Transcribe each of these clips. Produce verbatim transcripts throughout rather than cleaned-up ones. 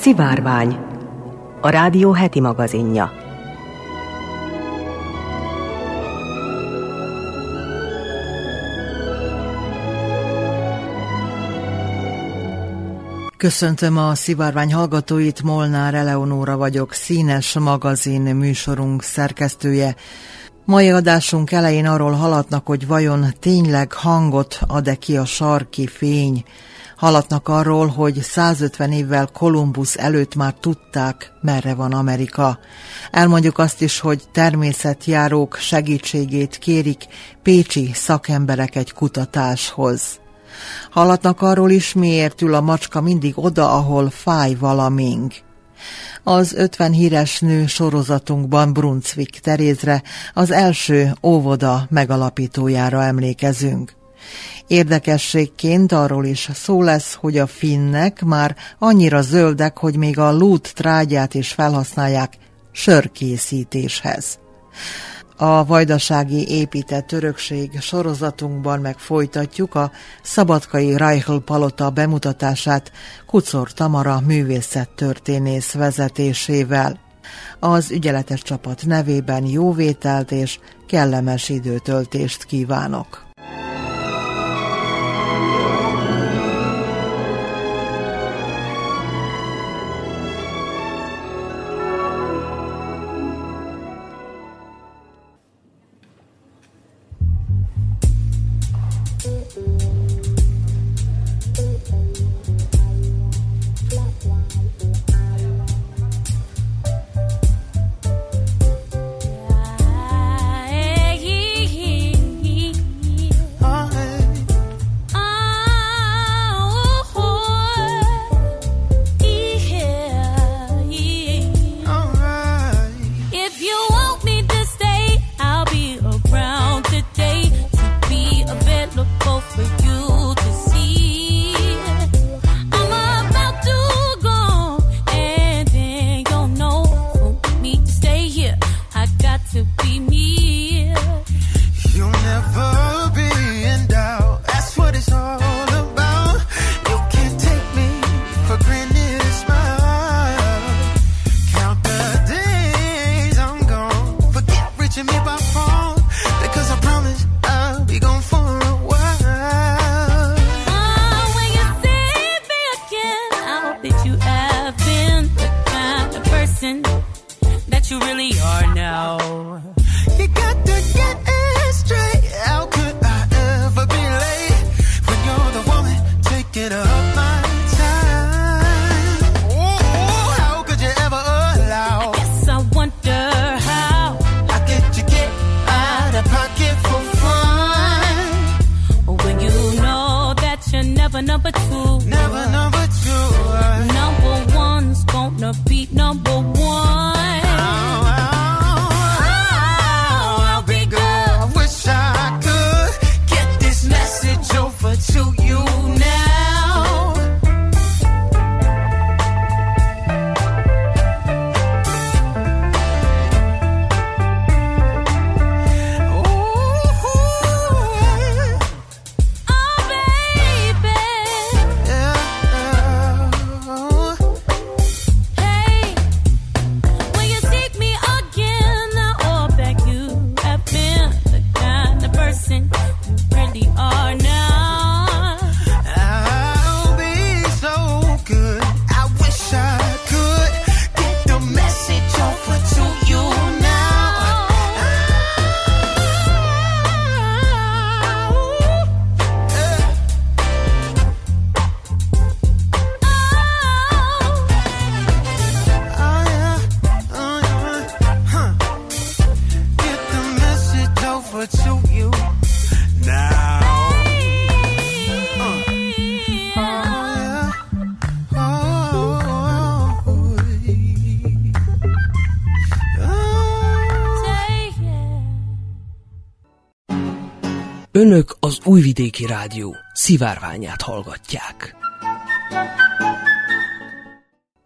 Szivárvány, a rádió heti magazinja. Köszöntöm a Szivárvány hallgatóit, Molnár Eleonóra vagyok, Színes magazin műsorunk szerkesztője. Mai adásunk elején arról hallatnak, hogy vajon tényleg hangot ad-e ki a sarki fény. Hallatnak arról, hogy százötven évvel Kolumbusz előtt már tudták, merre van Amerika. Elmondjuk azt is, hogy természetjárók segítségét kérik pécsi szakemberek egy kutatáshoz. Hallatnak arról is, miért ül a macska mindig oda, ahol fáj valamink. Az ötven híres nő sorozatunkban Brunswick Terézre, az első óvoda megalapítójára emlékezünk. Érdekességként arról is szó lesz, hogy a finnek már annyira zöldek, hogy még a lút trágyát is felhasználják sörkészítéshez. A vajdasági épített örökség sorozatunkban meg folytatjuk a szabadkai Reichel palota bemutatását Kuczor Tamara művészettörténész vezetésével. Az ügyeletes csapat nevében jó vételt és kellemes időtöltést kívánok! Önök az Újvidéki Rádió szivárványát hallgatják.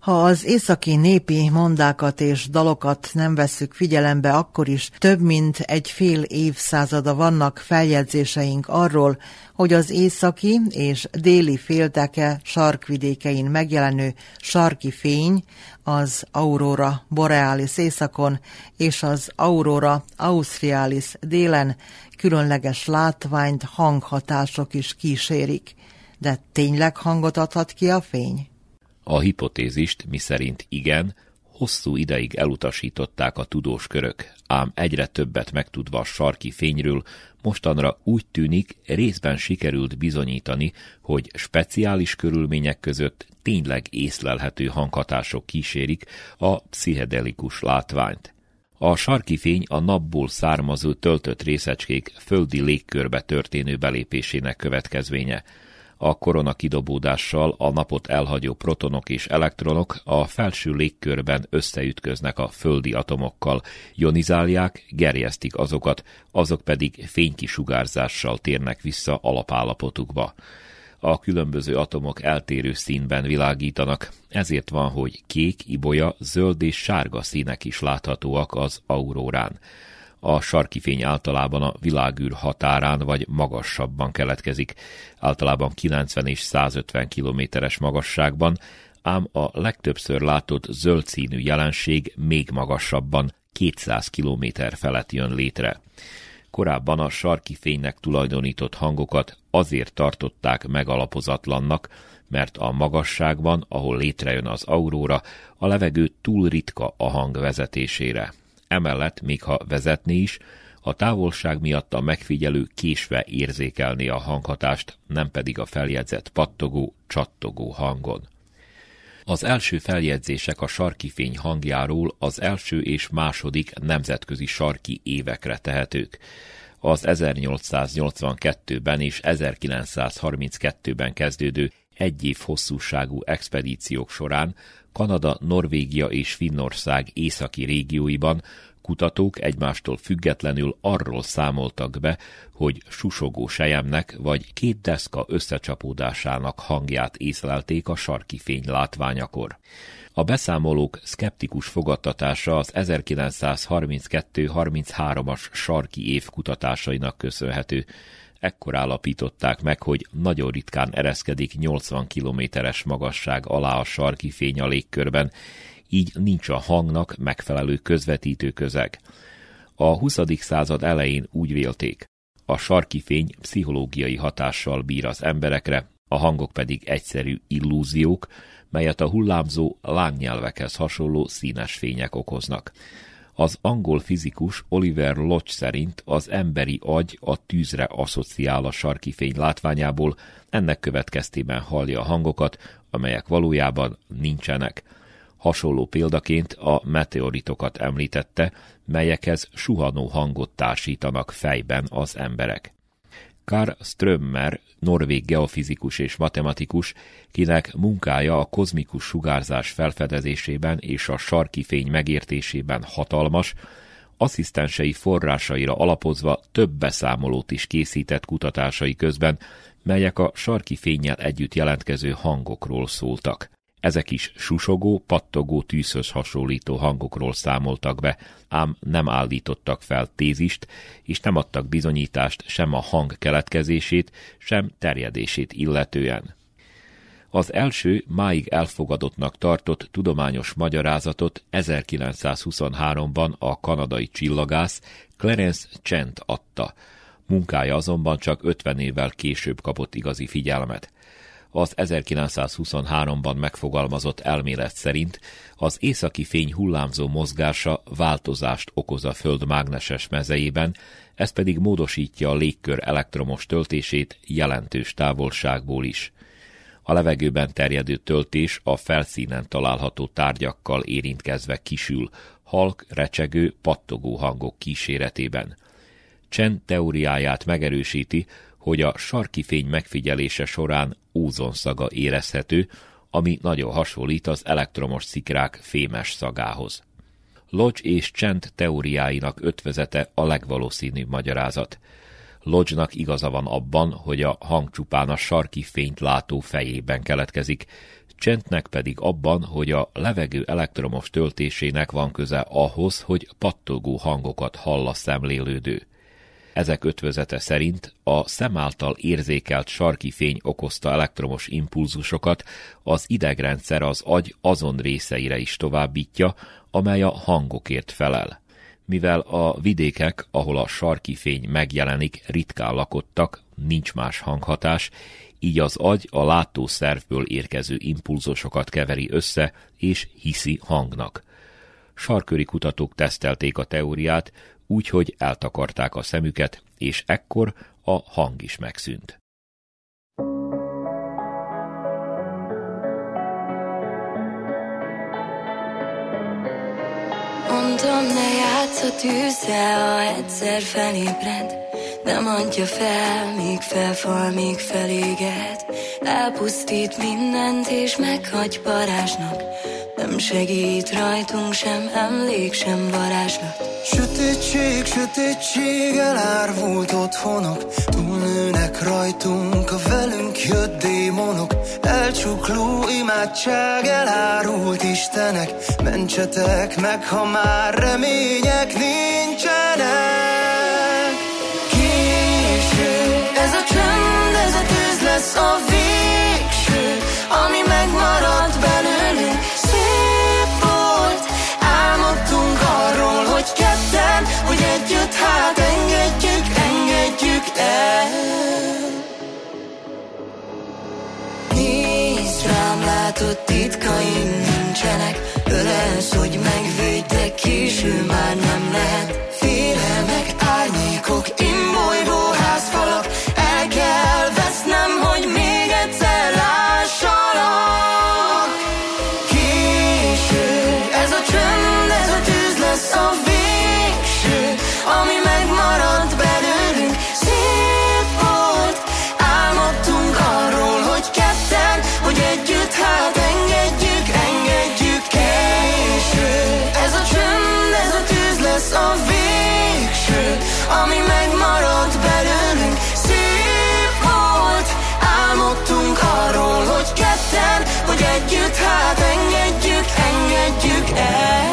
Ha az északi népi mondákat és dalokat nem vesszük figyelembe, akkor is több mint egy fél évszázada vannak feljegyzéseink arról, hogy az északi és déli félteke sarkvidékein megjelenő sarki fény, az aurora borealis északon és az aurora australis délen különleges látványt, hanghatások is kísérik. De tényleg hangot adhat ki a fény? A hipotézist, miszerint igen, hosszú ideig elutasították a tudós körök, ám egyre többet megtudva a sarki fényről, mostanra úgy tűnik, részben sikerült bizonyítani, hogy speciális körülmények között tényleg észlelhető hanghatások kísérik a pszichedelikus látványt. A sarki fény a napból származó töltött részecskék földi légkörbe történő belépésének következménye. A koronakidobódással a napot elhagyó protonok és elektronok a felső légkörben összeütköznek a földi atomokkal, ionizálják, gerjesztik azokat, azok pedig fénykisugárzással térnek vissza alapállapotukba. A különböző atomok eltérő színben világítanak, ezért van, hogy kék, ibolya, zöld és sárga színek is láthatóak az aurórán. A sarki fény általában a világűr határán vagy magasabban keletkezik, általában kilencven és százötven kilométeres magasságban, ám a legtöbbször látott zöld színű jelenség még magasabban, kétszáz kilométer felett jön létre. Korábban a sarki fénynek tulajdonított hangokat azért tartották megalapozatlannak, mert a magasságban, ahol létrejön az auróra, a levegő túl ritka a hang vezetésére. Emellett, még ha vezetné is, a távolság miatt a megfigyelő késve érzékelné a hanghatást, nem pedig a feljegyzett pattogó, csattogó hangon. Az első feljegyzések a sarki fény hangjáról az első és második nemzetközi sarki évekre tehetők. Az ezernyolcszáznyolcvankettőben és ezerkilencszázharminckettőben kezdődő egy év hosszúságú expedíciók során Kanada, Norvégia és Finnország északi régióiban kutatók egymástól függetlenül arról számoltak be, hogy susogó selyemnek vagy két deszka összecsapódásának hangját észlelték a sarki fény látványakor. A beszámolók szkeptikus fogadtatása az ezerkilencszázharminckettő-harmincháromas sarki év kutatásainak köszönhető. Ekkor állapították meg, hogy nagyon ritkán ereszkedik nyolcvan kilométeres magasság alá a sarki fény a légkörben, így nincs a hangnak megfelelő közvetítő közeg. A huszadik század elején úgy vélték, a sarki fény pszichológiai hatással bír az emberekre, a hangok pedig egyszerű illúziók, melyet a hullámzó lángnyelvekhez hasonló színes fények okoznak. Az angol fizikus Oliver Lodge szerint az emberi agy a tűzre asszociál a sarki fény látványából, ennek következtében hallja a hangokat, amelyek valójában nincsenek. Hasonló példaként a meteoritokat említette, melyekhez suhanó hangot társítanak fejben az emberek. Karl Strömmer, norvég geofizikus és matematikus, kinek munkája a kozmikus sugárzás felfedezésében és a sarki fény megértésében hatalmas, asszisztensei forrásaira alapozva több beszámolót is készített kutatásai közben, melyek a sarki fénnyel együtt jelentkező hangokról szóltak. Ezek is susogó, pattogó, tűzhöz hasonlító hangokról számoltak be, ám nem állítottak fel tézist, és nem adtak bizonyítást sem a hang keletkezését, sem terjedését illetően. Az első, máig elfogadottnak tartott tudományos magyarázatot ezerkilencszázhuszonháromban a kanadai csillagász Clarence Chant adta. Munkája azonban csak ötven évvel később kapott igazi figyelmet. Az ezerkilencszázhuszonháromban megfogalmazott elmélet szerint az északi fény hullámzó mozgása változást okoz a Föld mágneses mezejében, ez pedig módosítja a légkör elektromos töltését jelentős távolságból is. A levegőben terjedő töltés a felszínen található tárgyakkal érintkezve kisül, halk, recsegő, pattogó hangok kíséretében. Chen teóriáját megerősíti, hogy a sarki fény megfigyelése során ózonszaga érezhető, ami nagyon hasonlít az elektromos szikrák fémes szagához. Lodge és Chant teóriáinak ötvözete a legvalószínűbb magyarázat. Lodge-nak igaza van abban, hogy a hang csupán a sarki fényt látó fejében keletkezik, csendnek pedig abban, hogy a levegő elektromos töltésének van köze ahhoz, hogy pattogó hangokat hall a szemlélődő. Ezek ötvözete szerint a szem által érzékelt sarki fény okozta elektromos impulzusokat az idegrendszer az agy azon részeire is továbbítja, amely a hangokért felel. Mivel a vidékek, ahol a sarki fény megjelenik, ritkán lakottak, nincs más hanghatás, így az agy a látószervből érkező impulzusokat keveri össze és hiszi hangnak. Sarköri kutatók tesztelték a teóriát, úgyhogy eltakarták a szemüket, és ekkor a hang is megszűnt. Mondom, ne játsz a tűzzel, ha egyszer felébred. Nem adja fel, míg felfal, míg feléged. Elpusztít mindent és meghagy parázsnak. Nem segít rajtunk sem emlék, sem varázslat. Sötétség, sötétség, elárvult otthonok. Túlnőnek rajtunk a velünk jött démonok. Elcsukló imádság, elárult istenek. Mentsetek meg, ha már remények nincsenek. Késő, ez a csönd, ez a tűz lesz a végső, ami megmarad belőlünk. Szép volt, álmodtunk arról, hogy ketten, hogy együtt, hát engedjük, engedjük el. Nézd rám, látod, titkaim nincsenek. Ölelsz, hogy megvédj, de késő már nem lehet. Félelmek, árnyékok, imbolygó házfalak. El kell vesznem, hogy még egyszer lássalak. Késő, ez a csönd, ez a tűz lesz a végső, ami megmarad belőlünk. Szép volt, álmodtunk arról, hogy ketten, hogy együtt, hát engedjük, engedjük. Késő, ez a csönd, ez a tűz lesz a végső, ami megmarad belőlünk. Szép volt, álmodtunk arról, hogy ketten, hogy együtt, hát engedjük, engedjük el.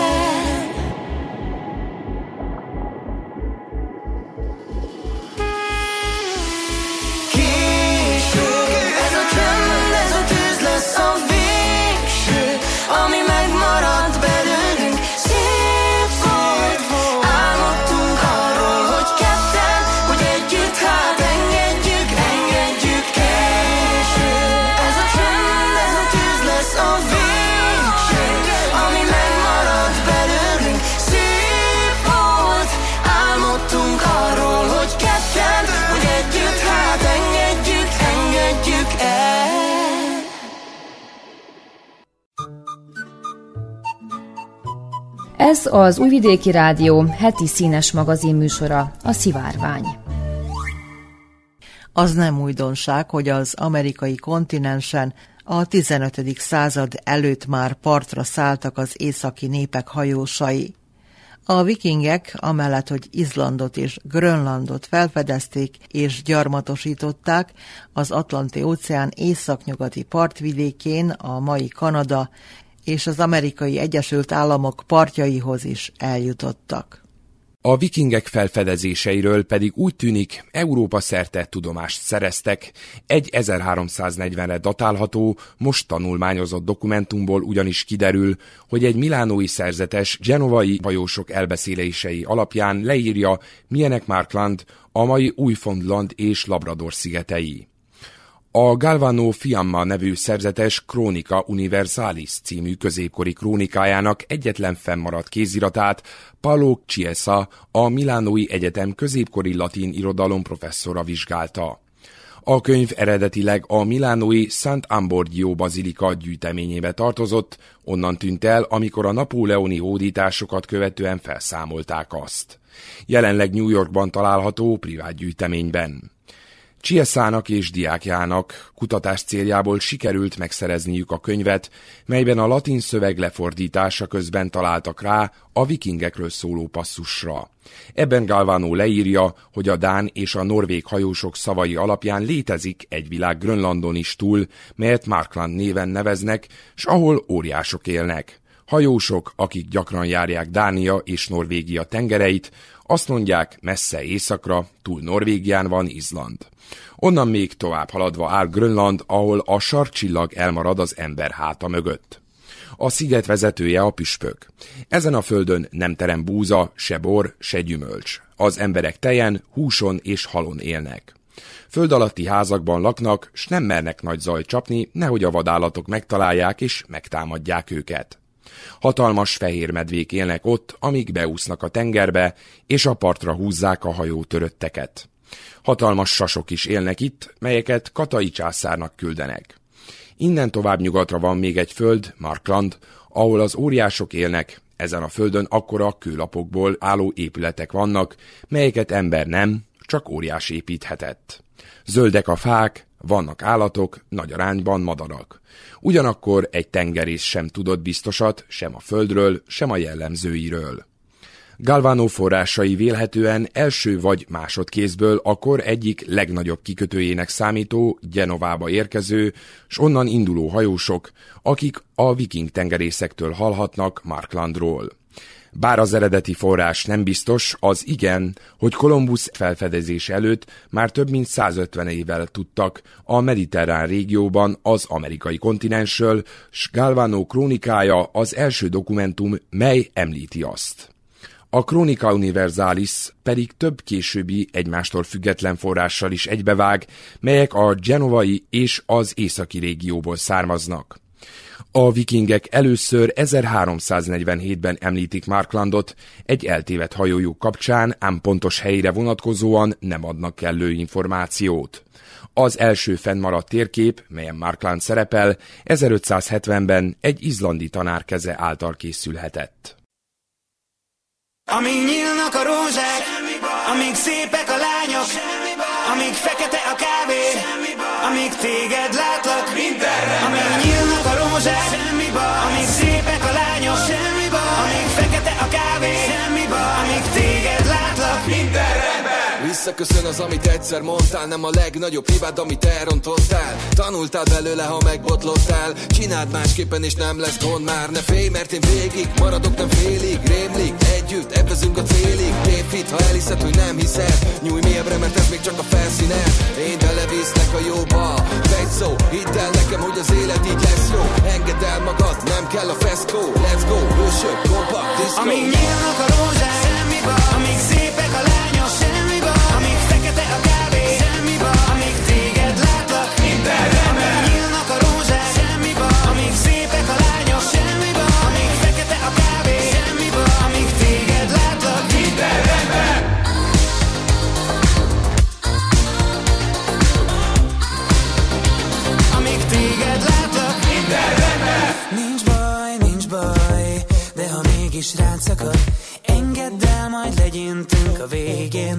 Késő, ez a csönd, ez a tűz lesz a végső, ami megmarad belőlünk. Szép volt, álmodtunk arról, hogy ketten, hogy együtt, hát engedjük, engedjük. Késő, ez a csönd, ez a tűz lesz a végső, ami megmarad belőlünk. Szép volt, álmodtunk arról, hogy ketten, hogy együtt, hát engedjük, engedjük el. Ez az Újvidéki Rádió heti színes magazin műsora, a Szivárvány. Az nem újdonság, hogy az amerikai kontinensen a tizenötödik század előtt már partra szálltak az északi népek hajósai. A vikingek amellett, hogy Izlandot és Grönlandot felfedezték és gyarmatosították, az Atlanti-óceán északnyugati partvidékén a mai Kanada és az Amerikai Egyesült Államok partjaihoz is eljutottak. A vikingek felfedezéseiről pedig úgy tűnik, Európa szerte tudomást szereztek. Egy ezerháromszáznegyvenre datálható, most tanulmányozott dokumentumból ugyanis kiderül, hogy egy milánói szerzetes genovai hajósok elbeszélései alapján leírja, milyenek Markland, a mai Új-Foundland és Labrador szigetei. A Galvano Fiamma nevű szerzetes Chronica Universalis című középkori krónikájának egyetlen fennmaradt kéziratát Paolo Chiesa, a Milánói Egyetem középkori latin irodalom professzora vizsgálta. A könyv eredetileg a milánói Sant'Ambrogio bazilika gyűjteményébe tartozott, onnan tűnt el, amikor a napóleoni hódításokat követően felszámolták azt. Jelenleg New Yorkban található privát gyűjteményben. Chiesa-nak és diákjának kutatás céljából sikerült megszerezniük a könyvet, melyben a latin szöveg lefordítása közben találtak rá a vikingekről szóló passzusra. Ebben Galvano leírja, hogy a dán és a norvég hajósok szavai alapján létezik egy világ Grönlandon is túl, melyet Markland néven neveznek, s ahol óriások élnek. Hajósok, akik gyakran járják Dánia és Norvégia tengereit, azt mondják, messze északra, túl Norvégián van Izland. Onnan még tovább haladva áll Grönland, ahol a sarkcsillag elmarad az ember háta mögött. A sziget vezetője a püspök. Ezen a földön nem terem búza, se bor, se gyümölcs. Az emberek tejen, húson és halon élnek. Föld alatti házakban laknak, s nem mernek nagy zajt csapni, nehogy a vadállatok megtalálják és megtámadják őket. Hatalmas fehér medvék élnek ott, amíg beúsznak a tengerbe, és a partra húzzák a hajó törötteket. Hatalmas sasok is élnek itt, melyeket Katai császárnak küldenek. Innen tovább nyugatra van még egy föld, Markland, ahol az óriások élnek. Ezen a földön akkora kőlapokból álló épületek vannak, melyeket ember nem, csak óriás építhetett. Zöldek a fák, vannak állatok, nagy arányban madarak. Ugyanakkor egy tengerész sem tudott biztosat, sem a földről, sem a jellemzőiről. Galvano forrásai vélhetően első vagy másodkézből a kor egyik legnagyobb kikötőjének számító, Genovába érkező, s onnan induló hajósok, akik a viking tengerészektől hallhatnak Marklandról. Bár az eredeti forrás nem biztos, az igen, hogy Kolumbusz felfedezése előtt már több mint százötven évvel tudtak a mediterrán régióban az amerikai kontinensről, s Galvano krónikája az első dokumentum, mely említi azt. A Chronica Universalis pedig több későbbi egymástól független forrással is egybevág, melyek a genovai és az északi régióból származnak. A vikingek először ezerháromszáznegyvenhétben említik Marklandot, egy eltévedt hajójuk kapcsán, ám pontos helyére vonatkozóan nem adnak kellő információt. Az első fennmaradt térkép, melyen Markland szerepel, ezerötszázhetvenben egy izlandi tanár keze által készülhetett. Amíg nyílnak a rózsák, amíg szépek a lányok, amíg fekete a kávé, amíg téged látlak, amíg nyílnak a rózsák, amíg szépek a lányok, amíg fekete a kávé, amíg téged látlak, minden rendben. Visszaköszön az, amit egyszer mondtál, nem a legnagyobb hibád, amit elrontottál. Tanultál belőle, ha megbotlottál. Csináld másképpen és nem lesz gond már. Ne félj, mert én végig maradok, nem félig. Rémlik, együtt, ebbezünk a célig. Tévhit, ha elhiszed, hogy nem hiszed. Nyújj mélyebbre, mert ez még csak a felszínen. Én beleviszlek a jóba. Egy szó, hidd el nekem, hogy az élet így lesz jó. Engedd el magad, nem kell a feszkó. Let's go, hősök, kompakt, diszkó. Amíg nyílnak a rózsák, semmiba. Amíg szépek a lányok, semmiba. Amíg fekete a kávé, semmiba. Amíg téged látlak, minden rendben. Amíg nyílnak a rózsák, semmiba. Amíg szépek a lányok, semmiba. Amíg fekete a kávé, semmiba. Amíg téged látlak, minden rendben. Amíg téged látlak, minden rendben. Nincs baj, nincs baj, de ha mégis rád szakad, engedd el, majd legyintünk a végén.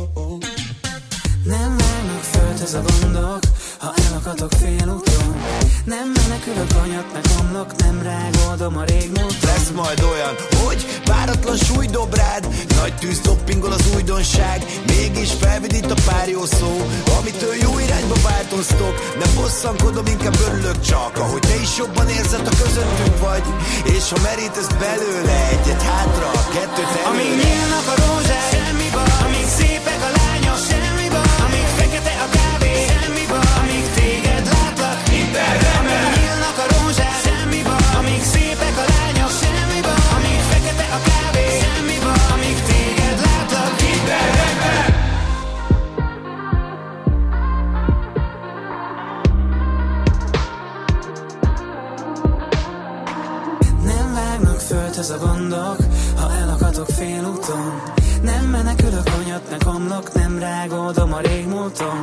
Nem vágnak földhöz a gondok, ha elakadok félúton. Nem menekülök, anyat meg omlok, nem rágódom a régmúlt. Lesz majd olyan, hogy váratlan súly dob rád, nagy tűz doppingol az újdonság, mégis felvidít a pár jó szó, amitől jó irányba változtok. Nem bosszankodom, inkább örülök csak, ahogy te is jobban érzed, a közöttünk vagy. És ha merítesz belőle egyet hátra, kettőt előre. Amíg nyílnak a rózsák, semmiba. Amíg szépek a lányok, semmiba. Amíg fekete a kávé, semmiba. Amíg téged látlak, minden rendben. Amíg nyílnak a rózsák, semmiba. Amíg szépek a lányok, semmiba. Amíg fekete a kávé, semmiba. Amíg téged látlak, minden rendben. Nem vágnak földhöz a gondok, ha elakadok félúton. Nem menekülök, anyat meg omlok, nem rágódom a régmúlton.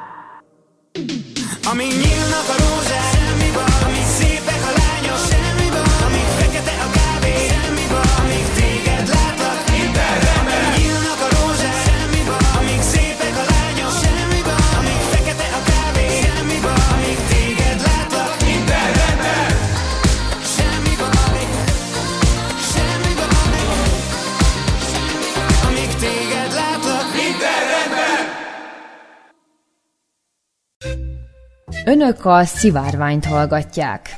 Amíg nyílnak a rózsák, semmiba. Amíg szépek a lányok, semmiba. Amíg fekete a kávé, semmiba. Amíg téged látlak, minden rendben. Amíg nyílnak a rózsák, semmiba. Amíg szépek a lányok, semmiba. Amíg Önök a Szivárványt hallgatják.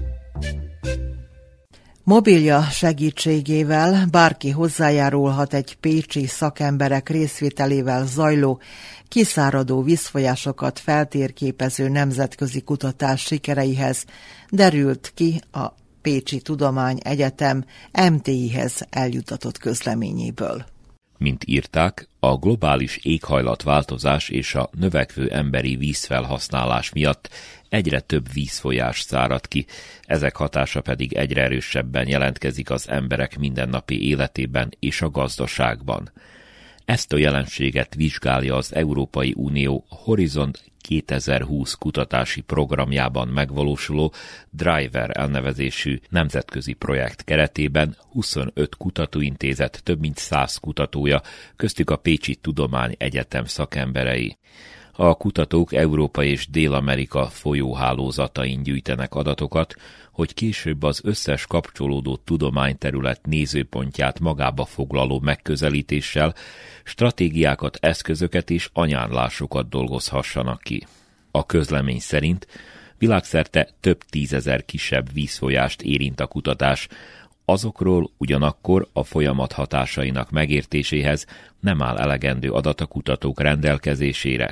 Mobilja segítségével bárki hozzájárulhat egy pécsi szakemberek részvételével zajló, kiszáradó vízfolyásokat feltérképező nemzetközi kutatás sikereihez, derült ki a Pécsi Tudományegyetem em té i-hez eljutatott közleményéből. Mint írták, a globális éghajlatváltozás és a növekvő emberi vízfelhasználás miatt egyre több vízfolyás szárad ki, ezek hatása pedig egyre erősebben jelentkezik az emberek mindennapi életében és a gazdaságban. Ezt a jelenséget vizsgálja az Európai Unió Horizont kétezer-húsz kutatási programjában megvalósuló Driver elnevezésű nemzetközi projekt keretében huszonöt kutatóintézet több mint száz kutatója, köztük a Pécsi Tudományegyetem szakemberei. A kutatók Európa és Dél-Amerika folyóhálózatain gyűjtenek adatokat, hogy később az összes kapcsolódó tudományterület nézőpontját magába foglaló megközelítéssel stratégiákat, eszközöket és ajánlásokat dolgozhassanak ki. A közlemény szerint világszerte több tízezer kisebb vízfolyást érint a kutatás, azokról ugyanakkor a folyamat hatásainak megértéséhez nem áll elegendő adat a kutatók rendelkezésére.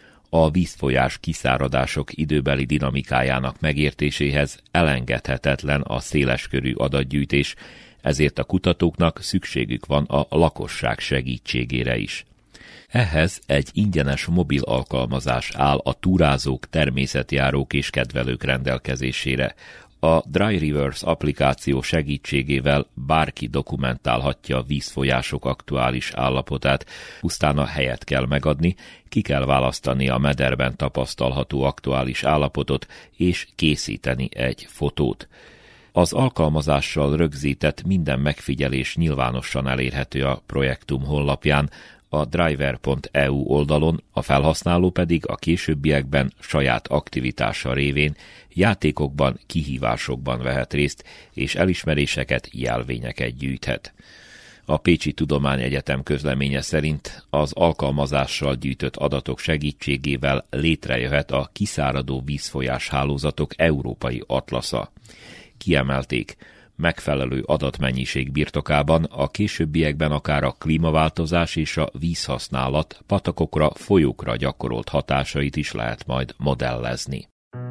A vízfolyás kiszáradások időbeli dinamikájának megértéséhez elengedhetetlen a széleskörű adatgyűjtés, ezért a kutatóknak szükségük van a lakosság segítségére is. Ehhez egy ingyenes mobil alkalmazás áll a túrázók, természetjárók és kedvelők rendelkezésére. A Dry Rivers applikáció segítségével bárki dokumentálhatja a vízfolyások aktuális állapotát, pusztán a helyet kell megadni, ki kell választani a mederben tapasztalható aktuális állapotot és készíteni egy fotót. Az alkalmazással rögzített minden megfigyelés nyilvánosan elérhető a projektum honlapján, a driver pont e u oldalon, a felhasználó pedig a későbbiekben saját aktivitása révén játékokban, kihívásokban vehet részt, és elismeréseket, jelvényeket gyűjthet. A Pécsi Tudományegyetem közleménye szerint az alkalmazással gyűjtött adatok segítségével létrejöhet a kiszáradó vízfolyás hálózatok európai atlasza. Kiemelték, megfelelő adatmennyiség birtokában a későbbiekben akár a klímaváltozás és a vízhasználat patakokra, folyókra gyakorolt hatásait is lehet majd modellezni.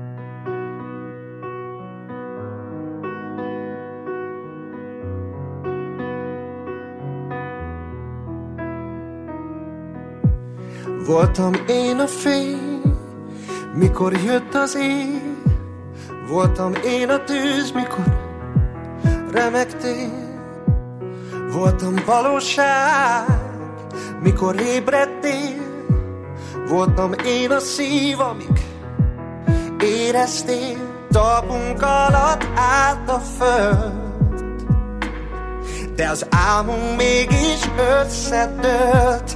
Voltam én a fény, mikor jött az éj, voltam én a tűz, mikor remegtél, voltam valóság, mikor ébredtél, voltam én a szív, amíg éreztél, talpunk alatt állt a föld, de az álmunk mégis összedőlt.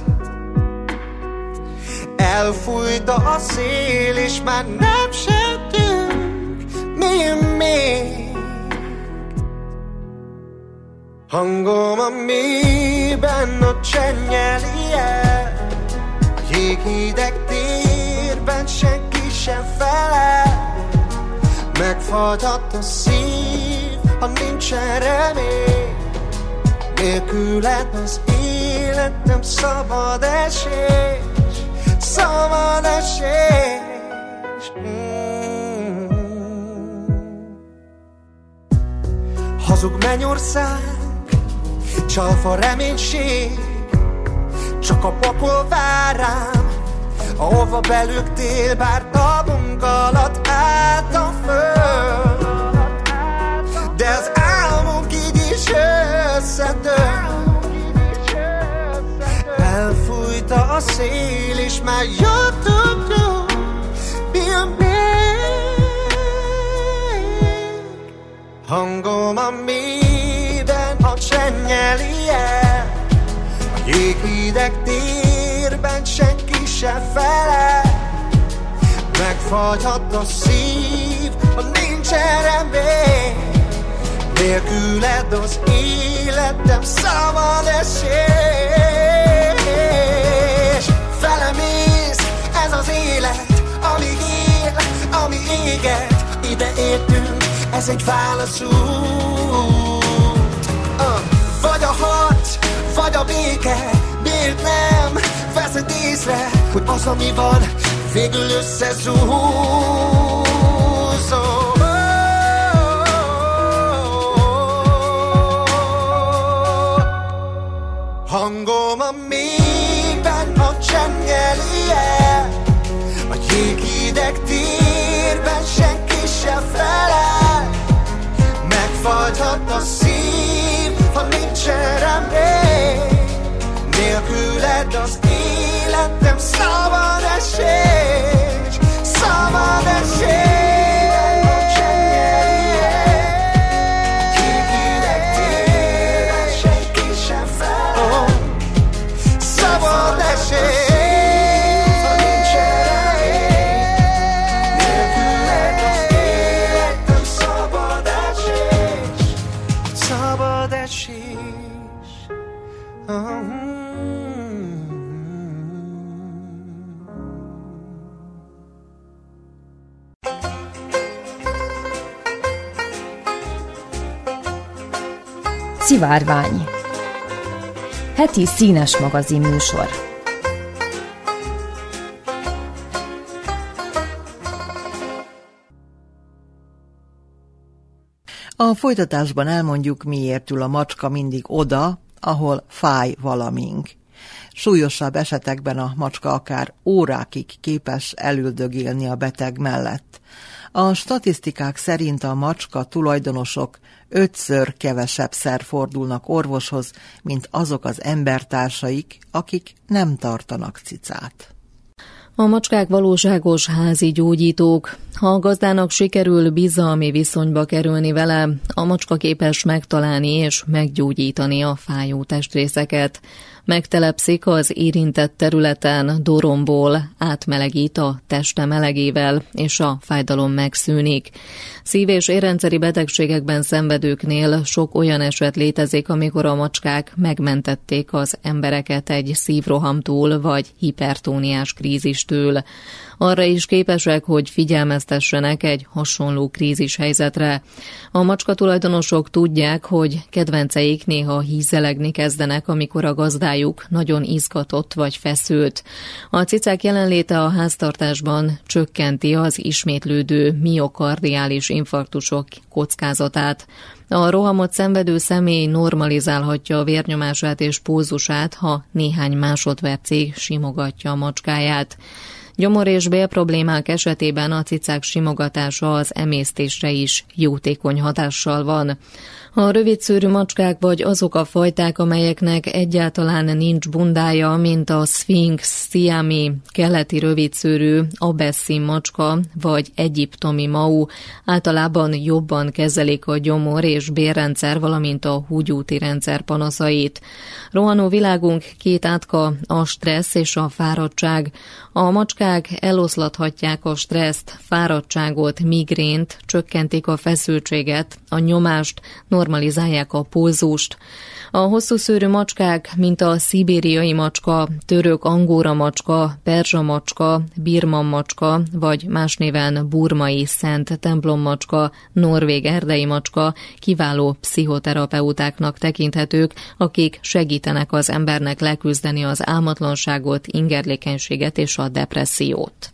Elfújta a szél, és már nem settünk mi még. Hangom a mélyben a csennyeli el, a jéghideg térben senki sem felel. Megfagyhat a szív, ha nincsen remény, nélküled az élet nem szabad esés. Szabad esés. mm. Hazug mennyország, csalfa reménység, csak a pokol vár rám, ahova belőgtél, bár talpunk alatt állt a föld, de az álmunk így is összedől. Elfújta a szél, és már jöttünk, milyen még. Hangom a mélyben a csennyeli el, a jéghideg térben senki sem felel. Megfagyhat a szív, ha nincsen remény, nélküled az élet nem szabad esés. Felemész, ez az élet, amíg él, véget, ide értünk, ez egy válaszút. uh, Vagy a harc, vagy a béke, miért nem veszed észre, hogy az, ami van, végül összezúzol. Hangom a mélyben, a csengeli el, a jéghideg térben senki se felel. Megfagyhat a szív, ha nincsen remény, nélküled az életem szabad esés, szabad esés. Szivárvány. Heti színes magazin műsor. A folytatásban elmondjuk, miért ül a macska mindig oda, ahol fáj valamink. Súlyosabb esetekben a macska akár órákig képes elüldögélni a beteg mellett. A statisztikák szerint a macska tulajdonosok ötször kevesebbszer fordulnak orvoshoz, mint azok az embertársaik, akik nem tartanak cicát. A macskák valóságos házi gyógyítók. Ha a gazdának sikerül bizalmi viszonyba kerülni vele, a macska képes megtalálni és meggyógyítani a fájó testrészeket. Megtelepszik az érintett területen, dorombol, átmelegít a teste melegével, és a fájdalom megszűnik. Szív- és érrendszeri betegségekben szenvedőknél sok olyan eset létezik, amikor a macskák megmentették az embereket egy szívrohamtól vagy hipertóniás krízistől. Arra is képesek, hogy figyelmeztessenek egy hasonló krízis helyzetre. A macska tulajdonosok tudják, hogy kedvenceik néha hízelegni kezdenek, amikor a gazdájuk nagyon izgatott vagy feszült. A cicák jelenléte a háztartásban csökkenti az ismétlődő miokardiális infarktusok kockázatát. A rohamot szenvedő személy normalizálhatja a vérnyomását és pulzusát, ha néhány másodpercig simogatja a macskáját. Gyomor- és bélproblémák esetében a cicák simogatása az emésztésre is jótékony hatással van. A rövidszőrű macskák vagy azok a fajták, amelyeknek egyáltalán nincs bundája, mint a Sphinx, Siami, keleti rövidszőrű, abesszin macska vagy egyiptomi mau, általában jobban kezelik a gyomor- és bélrendszer, valamint a húgyúti rendszer panaszait. Rohanó világunk két átka, a stressz és a fáradtság. A macskák eloszlathatják a stresszt, fáradtságot, migrént, csökkentik a feszültséget, a nyomást, normalizálják a pulzust. A hosszúszőrű macskák, mint a szibériai macska, török angóra macska, perzsa macska, birman macska, vagy más néven burmai szent templom macska, norvég erdei macska, kiváló pszichoterapeutáknak tekinthetők, akik segítenek az embernek leküzdeni az álmatlanságot, ingerlékenységet és a depressziót.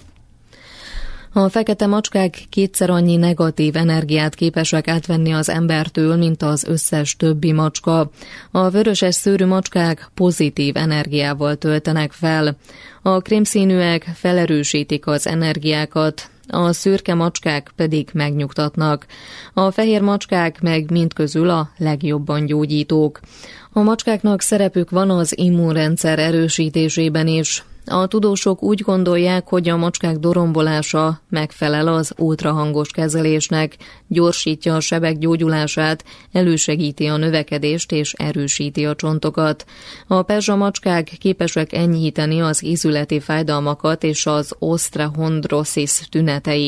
A fekete macskák kétszer annyi negatív energiát képesek átvenni az embertől, mint az összes többi macska. A vöröses szőrű macskák pozitív energiával töltenek fel. A krémszínűek felerősítik az energiákat, a szürke macskák pedig megnyugtatnak. A fehér macskák meg mindközül a legjobban gyógyítók. A macskáknak szerepük van az immunrendszer erősítésében is. A tudósok úgy gondolják, hogy a macskák dorombolása megfelel az ultrahangos kezelésnek, gyorsítja a sebek gyógyulását, elősegíti a növekedést és erősíti a csontokat. A perzsa macskák képesek enyhíteni az ízületi fájdalmakat és az osteochondrosis tüneteit.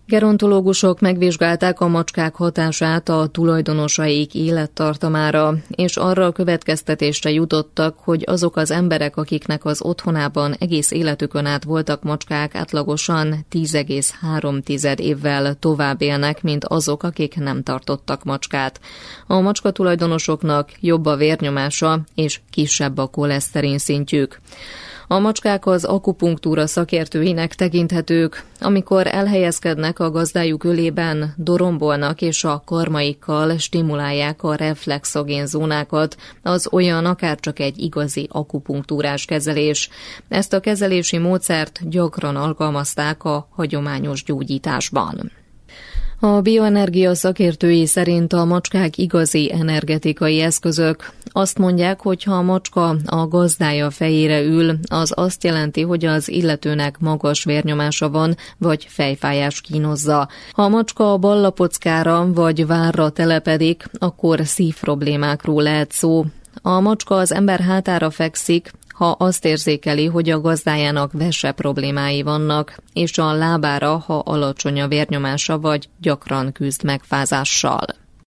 Gerontológusok megvizsgálták a macskák hatását a tulajdonosaik élettartamára, és arra a következtetésre jutottak, hogy azok az emberek, akiknek az otthonában egész életükön át voltak macskák, átlagosan tíz egész három évvel tovább élnek, mint azok, akik nem tartottak macskát. A macska tulajdonosoknak jobb a vérnyomása és kisebb a koleszterin szintjük. A macskák az akupunktúra szakértőinek tekinthetők, amikor elhelyezkednek a gazdájuk ölében, dorombolnak és a karmaikkal stimulálják a reflexogén zónákat, az olyan akárcsak egy igazi akupunktúrás kezelés. Ezt a kezelési módszert gyakran alkalmazták a hagyományos gyógyításban. A bioenergia szakértői szerint a macskák igazi energetikai eszközök. Azt mondják, hogy ha a macska a gazdája fejére ül, az azt jelenti, hogy az illetőnek magas vérnyomása van, vagy fejfájás kínozza. Ha a macska a ballapockára vagy várra telepedik, akkor szívproblémákról lehet szó. A macska az ember hátára fekszik, ha azt érzékeli, hogy a gazdájának vese problémái vannak, és a lábára, ha alacsony a vérnyomása vagy gyakran küzd megfázással.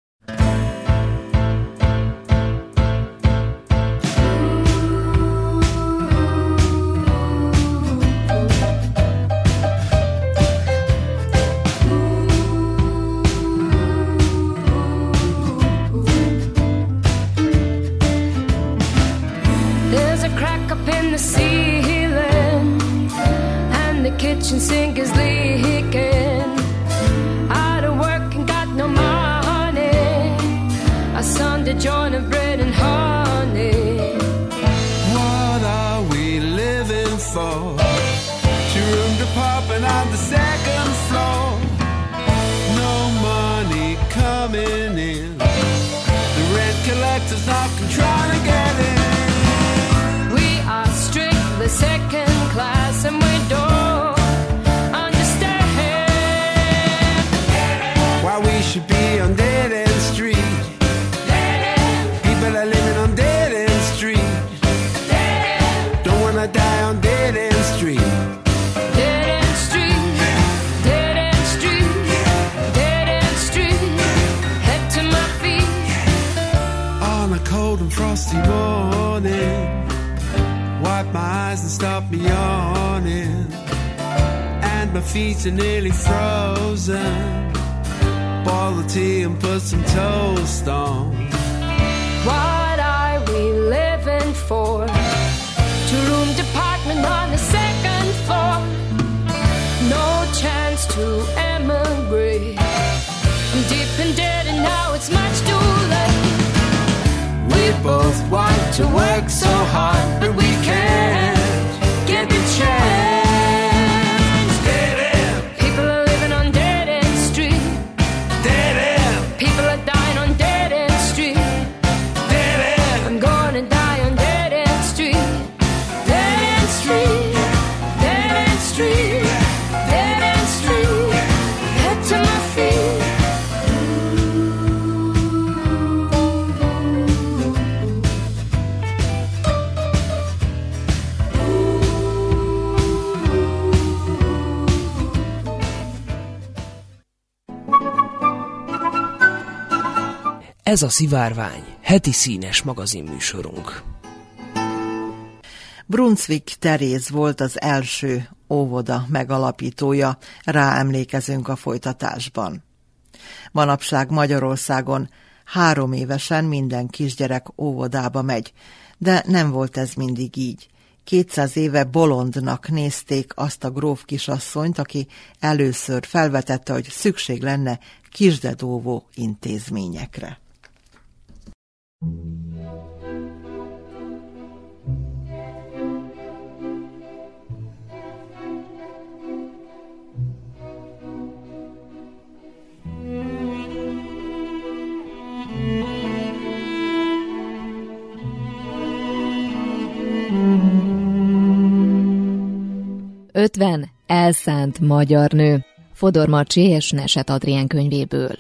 Kitchen sink is leaking. Out of work and got no money. I Sunday joint of bread and honey. What are we living for? Two-room department on the second floor. No money coming in. The rent collector's knocking, trying to get in. We are strictly second class and we don't should be on Dead End Street. Dead end. People are living on Dead End Street. Dead end. Don't wanna die on Dead End Street. Dead End Street. Dead End Street. Dead End Street. Head to my feet. On a cold and frosty morning, wipe my eyes and stop me yawning. And my feet are nearly frozen. Boil the tea and put some toast on. What are we living for? Two-room department on the second floor. No chance to emigrate. I'm deep in debt and now it's much too late. We both want to work so hard, but we can't get the chance. Ez a Szivárvány, heti színes magazinműsorunk. Brunswick Teréz volt az első óvoda megalapítója, rá emlékezünk a folytatásban. Manapság Magyarországon három évesen minden kisgyerek óvodába megy, de nem volt ez mindig így. Kétszáz éve bolondnak nézték azt a gróf kisasszonyt, aki először felvetette, hogy szükség lenne kisdedóvó intézményekre. ötven elszánt magyar nő. Fodor Marcsi és Neset Adrien könyvéből.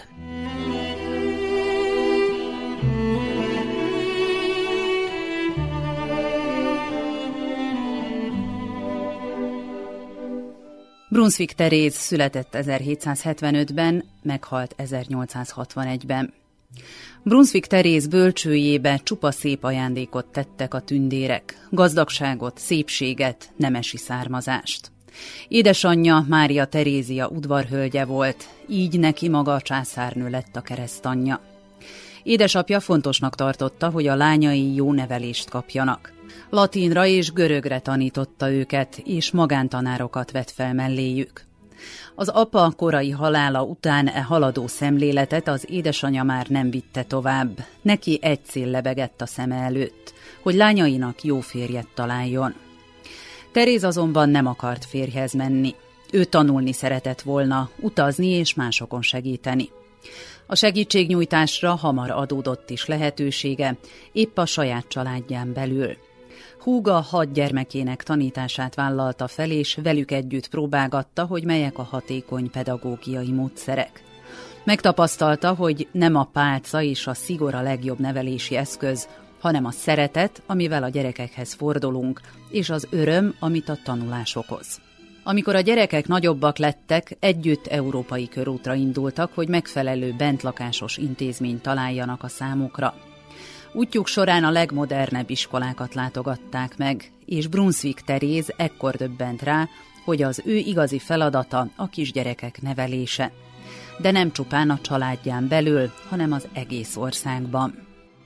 Brunswick Teréz született ezerhétszázhetvenötben, meghalt ezernyolcszázhatvanegyben. Brunswick Teréz bölcsőjébe csupa szép ajándékot tettek a tündérek, gazdagságot, szépséget, nemesi származást. Édesanyja Mária Terézia udvarhölgye volt, így neki maga a császárnő lett a keresztanyja. Édesapja fontosnak tartotta, hogy a lányai jó nevelést kapjanak. Latinra és görögre tanította őket, és magántanárokat vett fel melléjük. Az apa korai halála után e haladó szemléletet az édesanyja már nem vitte tovább. Neki egy cél lebegett a szeme előtt, hogy lányainak jó férjet találjon. Teréz azonban nem akart férjhez menni. Ő tanulni szeretett volna, utazni és másokon segíteni. A segítségnyújtásra hamar adódott is lehetősége, épp a saját családján belül. Húga hat gyermekének tanítását vállalta fel, és velük együtt próbálgatta, hogy melyek a hatékony pedagógiai módszerek. Megtapasztalta, hogy nem a pálca és a szigor a legjobb nevelési eszköz, hanem a szeretet, amivel a gyerekekhez fordulunk, és az öröm, amit a tanulás okoz. Amikor a gyerekek nagyobbak lettek, együtt európai körútra indultak, hogy megfelelő bentlakásos intézményt találjanak a számukra. Útjuk során a legmodernebb iskolákat látogatták meg, és Brunswick Teréz ekkor döbbent rá, hogy az ő igazi feladata a kisgyerekek nevelése. De nem csupán a családján belül, hanem az egész országban.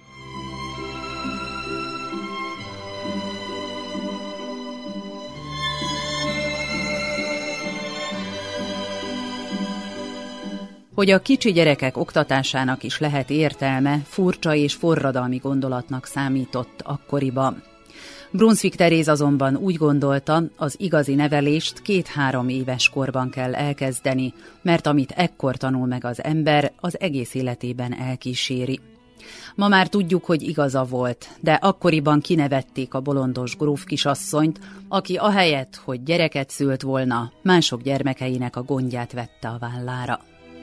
Hogy a kicsi gyerekek oktatásának is lehet értelme, furcsa és forradalmi gondolatnak számított akkoriban. Brunswick Teréz azonban úgy gondolta, az igazi nevelést két-három éves korban kell elkezdeni, mert amit ekkor tanul meg az ember, az egész életében elkíséri. Ma már tudjuk, hogy igaza volt, de akkoriban kinevették a bolondos gróf kisasszonyt, aki ahelyett, hogy gyereket szült volna, mások gyermekeinek a gondját vette a vállára.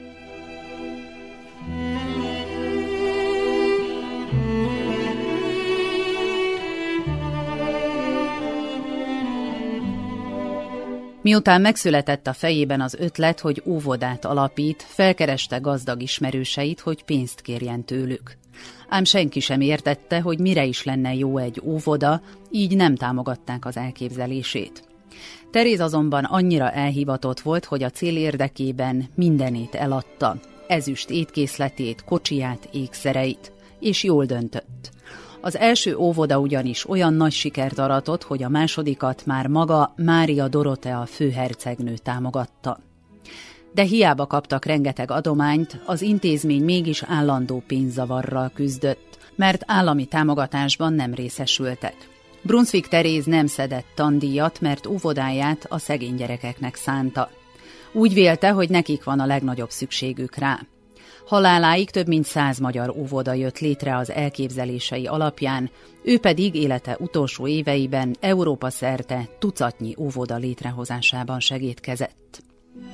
Miután megszületett a fejében az ötlet, hogy óvodát alapít, felkereste gazdag ismerőseit, hogy pénzt kérjen tőlük. Ám senki sem értette, hogy mire is lenne jó egy óvoda, így nem támogatták az elképzelését. Teréz azonban annyira elhivatott volt, hogy a cél érdekében mindenét eladta, ezüst étkészletét, kocsiját, ékszereit, és jól döntött. Az első óvoda ugyanis olyan nagy sikert aratott, hogy a másodikat már maga Mária Dorotea főhercegnő támogatta. De hiába kaptak rengeteg adományt, az intézmény mégis állandó pénzzavarral küzdött, mert állami támogatásban nem részesültek. Brunswick Teréz nem szedett tandíjat, mert óvodáját a szegény gyerekeknek szánta. Úgy vélte, hogy nekik van a legnagyobb szükségük rá. Haláláig több mint száz magyar óvoda jött létre az elképzelései alapján, ő pedig élete utolsó éveiben Európa szerte tucatnyi óvoda létrehozásában segédkezett.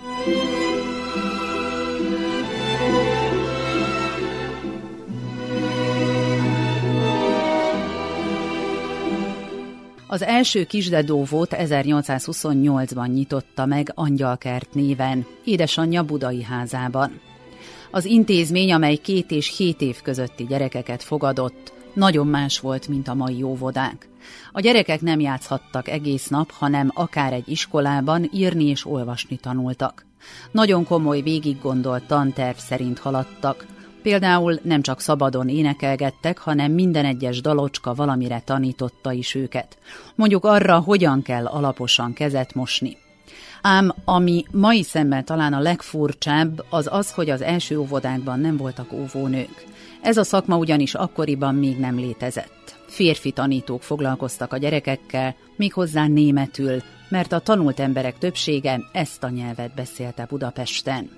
Az első kisdedóvót ezernyolcszázhuszonnyolcban nyitotta meg Angyalkert néven, édesanyja budai házában. Az intézmény, amely két és hét év közötti gyerekeket fogadott, nagyon más volt, mint a mai óvodák. A gyerekek nem játszhattak egész nap, hanem akár egy iskolában írni és olvasni tanultak. Nagyon komoly, végiggondolt tanterv szerint haladtak. Például nem csak szabadon énekelgettek, hanem minden egyes dalocska valamire tanította is őket. Mondjuk arra, hogyan kell alaposan kezet mosni. Ám ami mai szemmel talán a legfurcsább, az az, hogy az első óvodákban nem voltak óvónők. Ez a szakma ugyanis akkoriban még nem létezett. Férfi tanítók foglalkoztak a gyerekekkel, méghozzá németül, mert a tanult emberek többsége ezt a nyelvet beszélte Budapesten.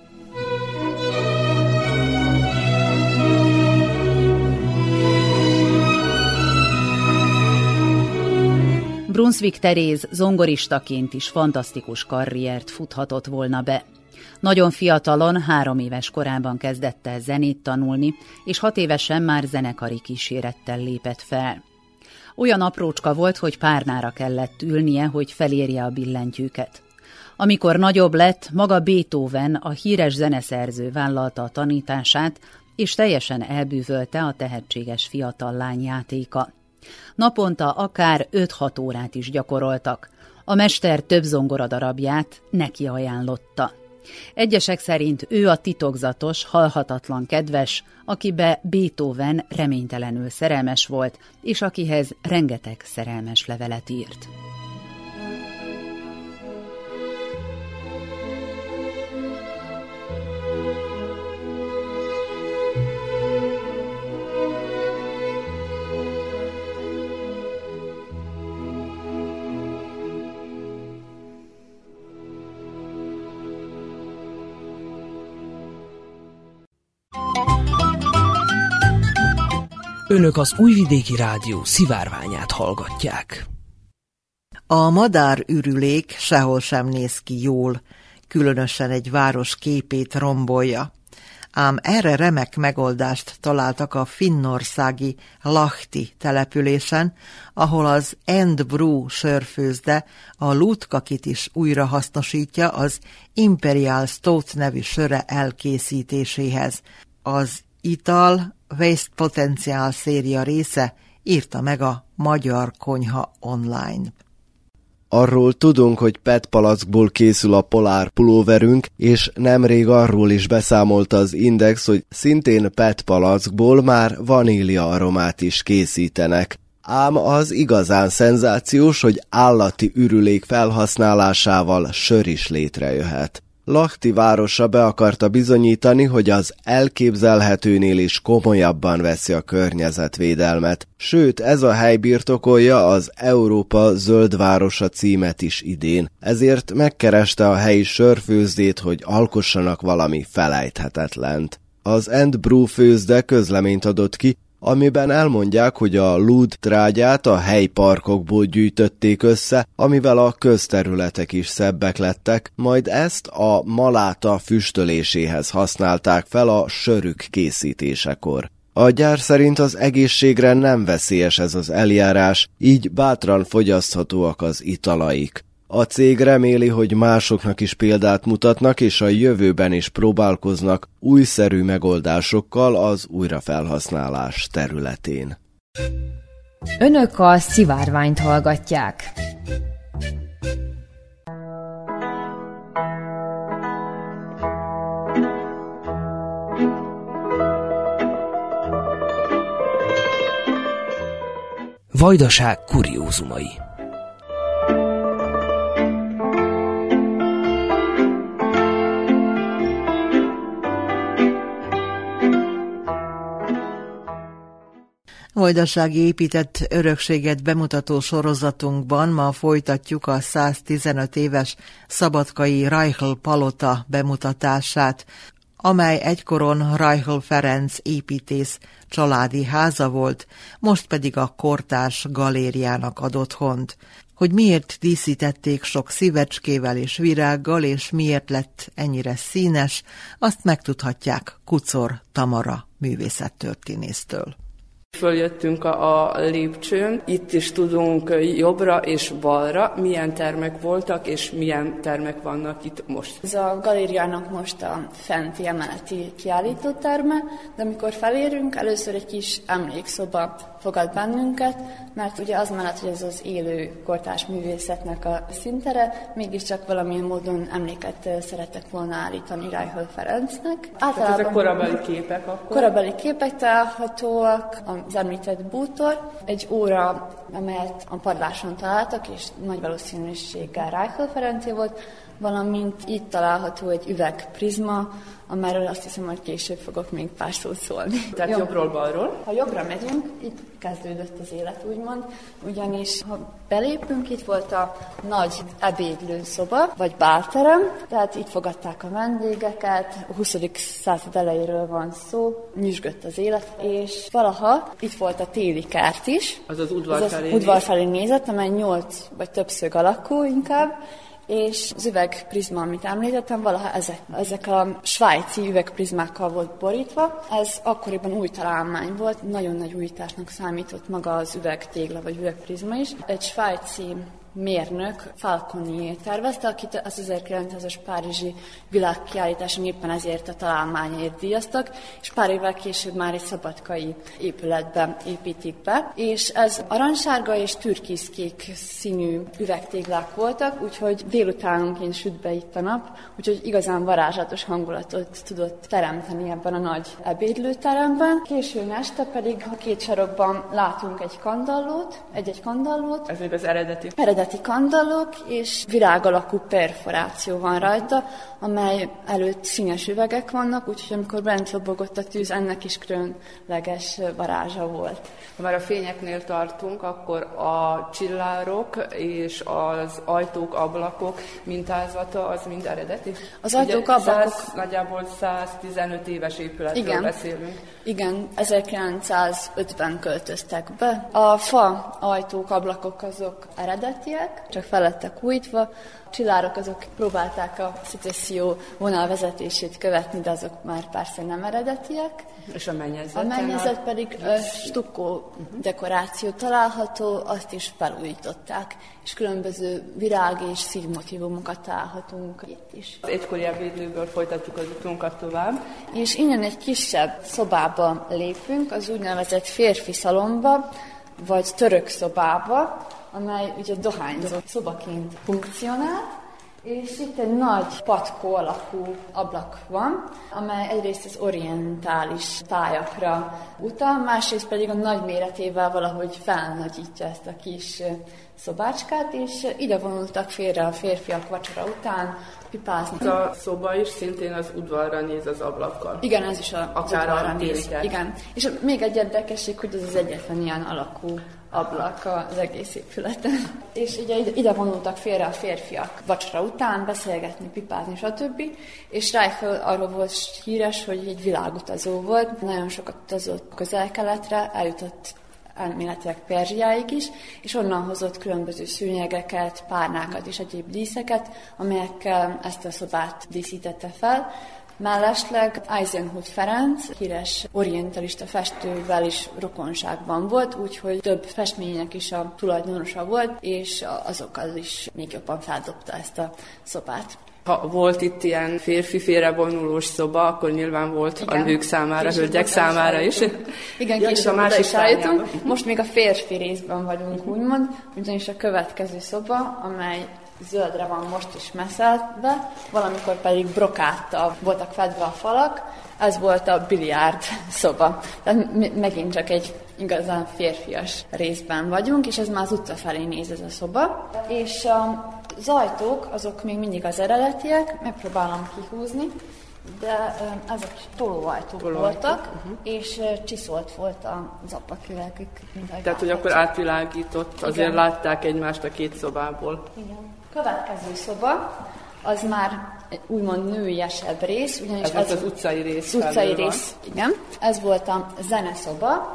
Brunswick Teréz zongoristaként is fantasztikus karriert futhatott volna be. Nagyon fiatalon, három éves korában kezdett el zenét tanulni, és hat évesen már zenekari kísérettel lépett fel. Olyan aprócska volt, hogy párnára kellett ülnie, hogy felérje a billentyűket. Amikor nagyobb lett, maga Beethoven, a híres zeneszerző vállalta a tanítását, és teljesen elbűvölte a tehetséges fiatal lány játéka. Naponta akár öt-hat órát is gyakoroltak. A mester több zongoradarabját neki ajánlotta. Egyesek szerint ő a titokzatos, halhatatlan kedves, akibe Beethoven reménytelenül szerelmes volt, és akihez rengeteg szerelmes levelet írt. Önök az Újvidéki Rádió szivárványát hallgatják. A madárürülék sehol sem néz ki jól, különösen egy város képét rombolja. Ám erre remek megoldást találtak a finnországi Lahti településen, ahol az End Brew sörfőzde a Lutkakit is újra hasznosítja az Imperial Stout nevű söre elkészítéséhez. Az ital Waste Potential széria része, írta meg a Magyar Konyha Online. Arról tudunk, hogy pé é té palackból készül a Polár pulóverünk, és nemrég arról is beszámolt az Index, hogy szintén pé é té palackból már vanília aromát is készítenek. Ám az igazán szenzációs, hogy állati ürülék felhasználásával sör is létrejöhet. Lahti városa be akarta bizonyítani, hogy az elképzelhetőnél is komolyabban veszi a környezetvédelmet. Sőt, ez a hely birtokolja az Európa Zöld Városa címet is idén. Ezért megkereste a helyi sörfőzdét, hogy alkossanak valami felejthetetlent. Az End Brew főzde közleményt adott ki, amiben elmondják, hogy a lúd trágyát a helyparkokból gyűjtötték össze, amivel a közterületek is szebbek lettek, majd ezt a maláta füstöléséhez használták fel a sörük készítésekor. A gyár szerint az egészségre nem veszélyes ez az eljárás, így bátran fogyaszthatóak az italaik. A cég reméli, hogy másoknak is példát mutatnak, és a jövőben is próbálkoznak újszerű megoldásokkal az újrafelhasználás területén. Önök a szivárványt hallgatják. Vajdaság kuriózumai. Vajdasági épített örökséget bemutató sorozatunkban ma folytatjuk a száztizenöt éves szabadkai Reichel palota bemutatását, amely egykoron Reichel Ferenc építész családi háza volt, most pedig a kortárs galériának ad otthont. Hogy miért díszítették sok szívecskével és virággal, és miért lett ennyire színes, azt megtudhatják Kuczor Tamara művészettörténésztől. Följöttünk a, a lépcsőn, itt is tudunk jobbra és balra, milyen termek voltak, és milyen termek vannak itt most. Ez a galériának most a fenti emeleti kiállítóterme, de amikor felérünk, először egy kis emlékszoba fogad bennünket, mert ugye az mellett, hogy ez az élő kortárs művészetnek a színtere, mégiscsak valamilyen módon emléket szerettek volna állítani Reichel Ferencnek. Általában ezek korabeli képek akkor? Korabeli képek találhatóak, az említett bútor, egy óra, amelyet a padláson találtak, és nagy valószínűséggel Reichel Ferencé volt, valamint itt található egy üvegprizma, amelyről azt hiszem, hogy később fogok még pár szót szólni. Tehát Jobb. jobbról-balról? Ha jobbra megyünk, itt kezdődött az élet, úgymond, ugyanis ha belépünk, itt volt a nagy ebédlőszoba, vagy bálterem, tehát itt fogadták a vendégeket, a huszadik század elejéről van szó, nyüzsgött az élet, és valaha itt volt a téli kert is. Az az udvar az felé, az udvar felé nézett, amely nyolc vagy több szög alakú inkább, és az üvegprizma, amit említettem, valaha ezek, ezek a svájci üvegprizmákkal volt borítva. Ez akkoriban új találmány volt, nagyon nagy újításnak számított maga az üvegtégla vagy üvegprizma is. Egy svájci mérnök Falconi tervezte, akit az ezerkilencszázas párizsi világkiállításon éppen ezért a találmányért díjaztak, és pár évvel később már egy szabadkai épületbe építik be, és ez aranysárga és türkiszkék színű üvegtéglák voltak, úgyhogy délutánonként süt be itt a nap, úgyhogy igazán varázslatos hangulatot tudott teremteni ebben a nagy ebédlőteremben. Későn este pedig a két sarokban látunk egy kandallót, egy-egy kandallót. Ez még az eredeti. Eredeti kandallók, és virág alakú perforáció van rajta, amely előtt színes üvegek vannak, úgyhogy amikor bent lobogott a tűz, ennek is különleges varázsa volt. Ha már a fényeknél tartunk, akkor a csillárok és az ajtók, ablakok mintázata az mind eredeti? Az ajtók, ugye, ablakok... száz, nagyjából száztizenöt éves épületről igen, beszélünk. Igen, ezerkilencszázötben költöztek be. A fa ajtók, ablakok azok eredetiek, csak fel lettek újítva. A csillárok azok próbálták a szecesszió vonalvezetését követni, de azok már persze nem eredetiek. És a mennyezet? A mennyezet pedig stukkó dekoráció található, azt is felújították, és különböző virág és szívmotívumokat találhatunk itt is. Az egykori ebédlőből folytatjuk az utunkat tovább. És innen egy kisebb szobába lépünk, az úgynevezett férfi szalomba, vagy török szobába, amely ugye dohányzó szobaként funkcionál, és itt egy nagy patkó alakú ablak van, amely egyrészt az orientális tájakra utal, másrészt pedig a nagy méretével valahogy felnagyítja ezt a kis szobácskát, és ide vonultak félre a férfiak vacsora után pipázni. Ez a szoba is szintén az udvarra néz az ablakkal. Igen, ez is a, az udvarra néz. Tériket. Igen. És még egy érdekesség, hogy ez az egyetlen ilyen alakú ablak az egész épületen. És ugye ide vonultak félre a férfiak vacsora után, beszélgetni, pipázni, stb. És Reichel arról volt híres, hogy egy világutazó volt, nagyon sokat utazott Közel-Keletre, eljutott elméletileg Perzsiáig is, és onnan hozott különböző szőnyegeket, párnákat és egyéb díszeket, amelyekkel ezt a szobát díszítette fel. Mellesleg Eisenhut Ferenc, híres orientalista festővel is rokonságban volt, úgyhogy több festménynek is a tulajdonosa volt, és azokkal is még jobban feldobta ezt a szobát. Ha volt itt ilyen férfi félrevonulós szoba, akkor nyilván volt igen, a nők számára, a hölgyek számára is. Igen, ja, később oda is eljutunk. Most még a férfi részben vagyunk, úgymond, ugyanis a következő szoba, amely zöldre van most is messzelve, valamikor pedig brokáttal voltak fedve a falak, ez volt a biliárd szoba. Tehát megint csak egy igazán férfias részben vagyunk, és ez már az utca felé néz ez a szoba. És az ajtók, azok még mindig az eredetiek, megpróbálom kihúzni, de ezek tolóajtók Toló voltak, uh-huh. és csiszolt volt az ablaküvegük. Tehát, hogy akkor átvilágított, azért igen, látták egymást a két szobából. Igen. Következő szoba, az már úgymond nőiesebb rész. Ugyanis ez az, az utcai rész. Utcai rész, igen. Ez volt a zeneszoba,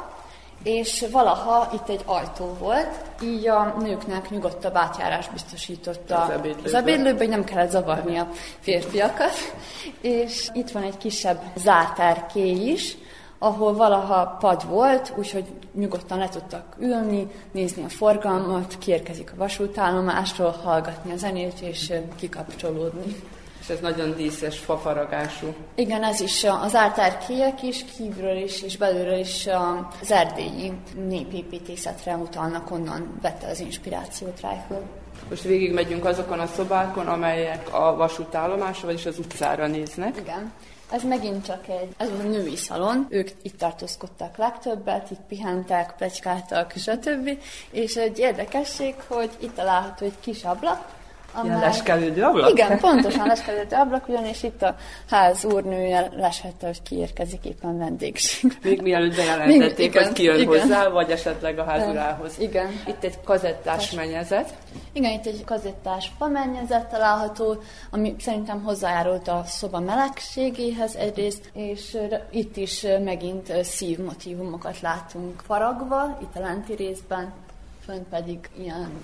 és valaha itt egy ajtó volt, így a nőknek nyugodtabb átjárás biztosította az ebédlőbe, az ebédlőbe, hogy nem kellett zavarni a férfiakat. És itt van egy kisebb zárt erkély is, ahol valaha pad volt, úgyhogy nyugodtan le tudtak ülni, nézni a forgalmat, kiérkezik a vasútállomásról, hallgatni a zenét és kikapcsolódni. És ez nagyon díszes, fafaragású. Igen, ez is az zárt erkélyek is, kívülről is és belülről is az erdélyi népépítészetre utalnak, onnan vette az inspirációt Reichel. Most végig megyünk azokon a szobákon, amelyek a vasútállomásra, vagyis az utcára néznek. Igen. Ez megint csak egy, ez a női szalon, ők itt tartózkodtak legtöbbet, itt pihentek, pletykáltak, stb. És egy érdekesség, hogy itt található egy kis ablak, amely... Ilyen leskelődő ablak? Igen, pontosan leskelődő ablak, ugyanis itt a ház úrnője leshette, hogy kiérkezik éppen vendégség. Még mielőtt bejelentették, Még, hogy kijön igen. hozzá, vagy esetleg a házurához. Igen. Itt egy kazettás mennyezet. Igen, itt egy kazettás famennyezet található, ami szerintem hozzájárult a szoba melegségéhez egyrészt, és itt is megint szívmotívumokat látunk faragva, itt a lenti részben, fönt pedig ilyen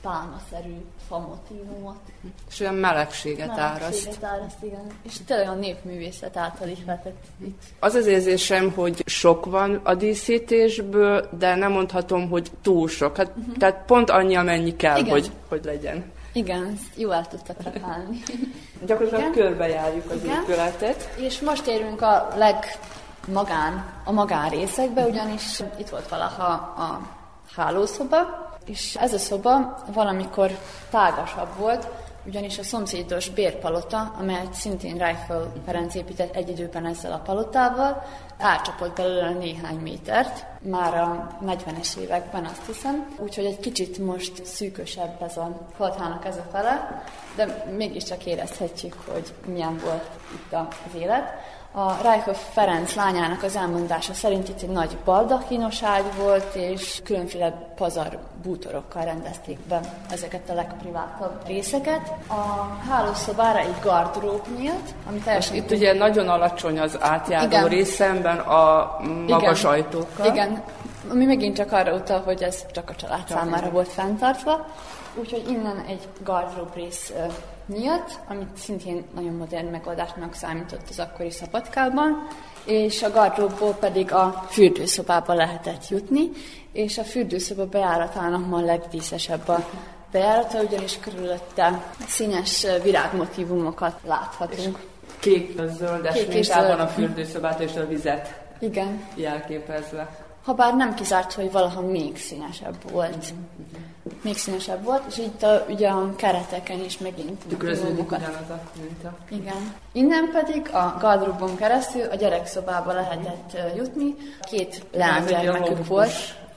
pálmaszerű famotívumot. És olyan melegséget, melegséget áraszt. Melegséget áraszt, igen. És tényleg a népművészet által is lehetett itt. Az az érzésem, hogy sok van a díszítésből, de nem mondhatom, hogy túl sok. Hát, uh-huh. Tehát pont annyi, amennyi kell, hogy, hogy legyen. Igen, ezt jól el tudtak repálni. Gyakorlatilag körbejárjuk az igen. épületet. És most érünk a legmagán, a magán részekbe, ugyanis itt volt valaha a hálószoba, és ez a szoba valamikor tágasabb volt, ugyanis a szomszédos bérpalota, amelyet szintén Reichel Ferenc épített egy időben ezzel a palotával, átcsapott belőle néhány métert, már a negyvenes években azt hiszem, úgyhogy egy kicsit most szűkösebb ez a faltának ez a fele, de mégiscsak érezhetjük, hogy milyen volt itt az élet. A Reichel Ferenc lányának az elmondása szerint itt egy nagy baldakinos ágy volt, és különféle pazar bútorokkal rendezték be ezeket a legprivátabb részeket. A hálószobára egy gardrób nyílt, ami teljesen... Itt ugye nagyon alacsony az átjáró igen. rész szemben a magas igen. ajtókkal. Igen, ami megint csak arra utal, hogy ez csak a család csak számára igen. volt fenntartva. Úgyhogy innen egy gardrób rész nyílt, amit szintén nagyon modern megoldásnak számított az akkori Szabadkában, és a gardróbból pedig a fürdőszobába lehetett jutni, és a fürdőszoba bejáratának ma a legdíszesebb a bejárata, ugyanis körülötte színes virágmotívumokat láthatunk. Kék-zöldes mintában a fürdőszobát és a vizet igen. jelképezve. Habár nem kizárt, hogy valaha még színesebb volt. Még színesebb volt, és itt a, ugye a kereteken is megint tükröződik ugyanaz a minta. Igen. Innen pedig a gardróbon keresztül a gyerekszobába lehetett jutni. Két leánygyermekük volt.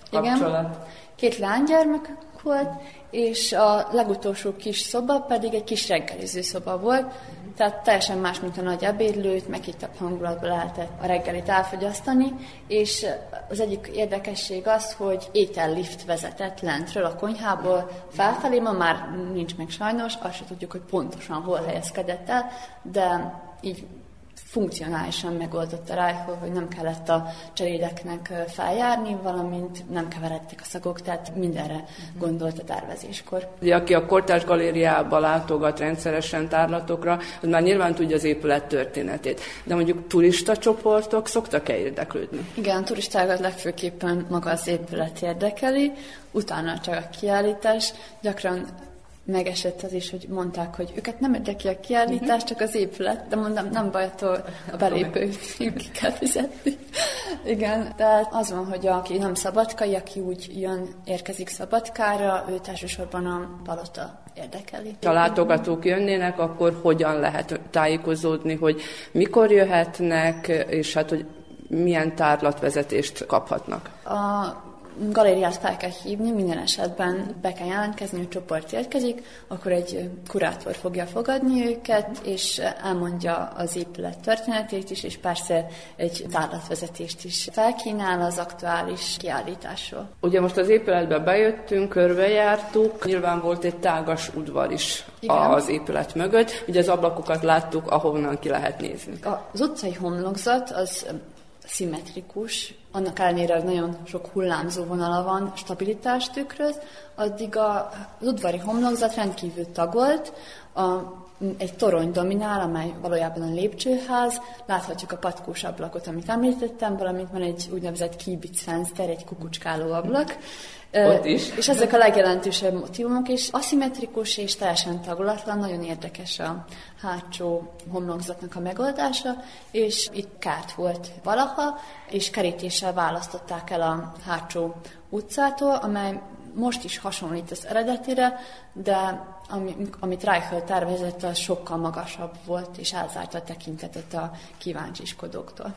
Igen. Két leánygyermekük volt, és a legutolsó kis szoba pedig egy kis reggeliző szoba volt, tehát teljesen más, mint a nagy ebédlőt, meghittabb hangulatban lehetett a reggelit elfogyasztani, és az egyik érdekesség az, hogy étellift vezetett lentről a konyhából felfelé, ma már nincs meg sajnos, azt se tudjuk, hogy pontosan hol helyezkedett el, de így funkcionálisan megoldotta Reichel, hogy nem kellett a cselédeknek feljárni, valamint nem keveredtek a szagok, tehát mindenre gondolt a tervezéskor. Ugye, aki a Kortárs Galériába látogat rendszeresen tárlatokra, az már nyilván tudja az épület történetét. De mondjuk turista csoportok szoktak-e érdeklődni? Igen, turistákat legfőképpen maga az épület érdekeli, utána csak a kiállítás, gyakran megesett az is, hogy mondták, hogy őket nem érdekli a kiállítás, csak az épület, de mondom, nem baj, attól a belépőt ki kell fizetni. Igen, tehát az van, hogy aki nem szabadkai, aki úgy jön, érkezik Szabadkára, őt elsősorban a palota érdekeli. Ha látogatók jönnének, akkor hogyan lehet tájékozódni, hogy mikor jöhetnek, és hát, hogy milyen tárlatvezetést kaphatnak? A galériát fel kell hívni, minden esetben be kell jelentkezni, hogy csoport érkezik, akkor egy kurátor fogja fogadni őket, és elmondja az épület történetét is, és persze egy tárlatvezetést is felkínál az aktuális kiállításról. Ugye most az épületbe bejöttünk, körbejártuk, nyilván volt egy tágas udvar is igen. az épület mögött, ugye az ablakokat láttuk, ahonnan ki lehet nézni. Az utcai homlokzat az szimmetrikus, annak ellenére, hogy nagyon sok hullámzó vonala van, stabilitást tükröz, addig a, az udvari homlokzat rendkívül tagolt, a, egy torony dominál, amely valójában a lépcsőház, láthatjuk a patkós ablakot, amit említettem, valamint van egy úgynevezett Kiebitz-Fenster, egy kukucskáló ablak, Ott is. És ezek a legjelentősebb motívumok, és aszimmetrikus és teljesen tagolatlan, nagyon érdekes a hátsó homlokzatnak a megoldása, és itt kárt volt valaha, és kerítéssel választották el a hátsó utcától, amely most is hasonlít az eredetire, de ami, amit Reichel tervezett, az sokkal magasabb volt, és elzárta a tekintetet a kíváncsiskodóktól.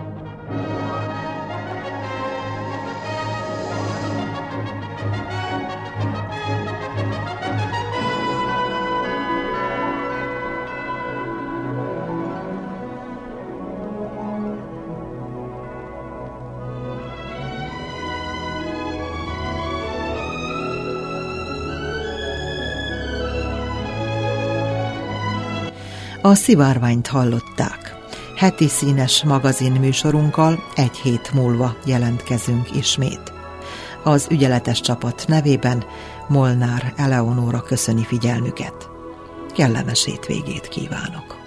A Szivárványt hallották. Heti színes magazin műsorunkkal egy hét múlva jelentkezünk ismét. Az ügyeletes csapat nevében Molnár Eleonóra köszöni figyelmüket. Kellemes hétvégét kívánok!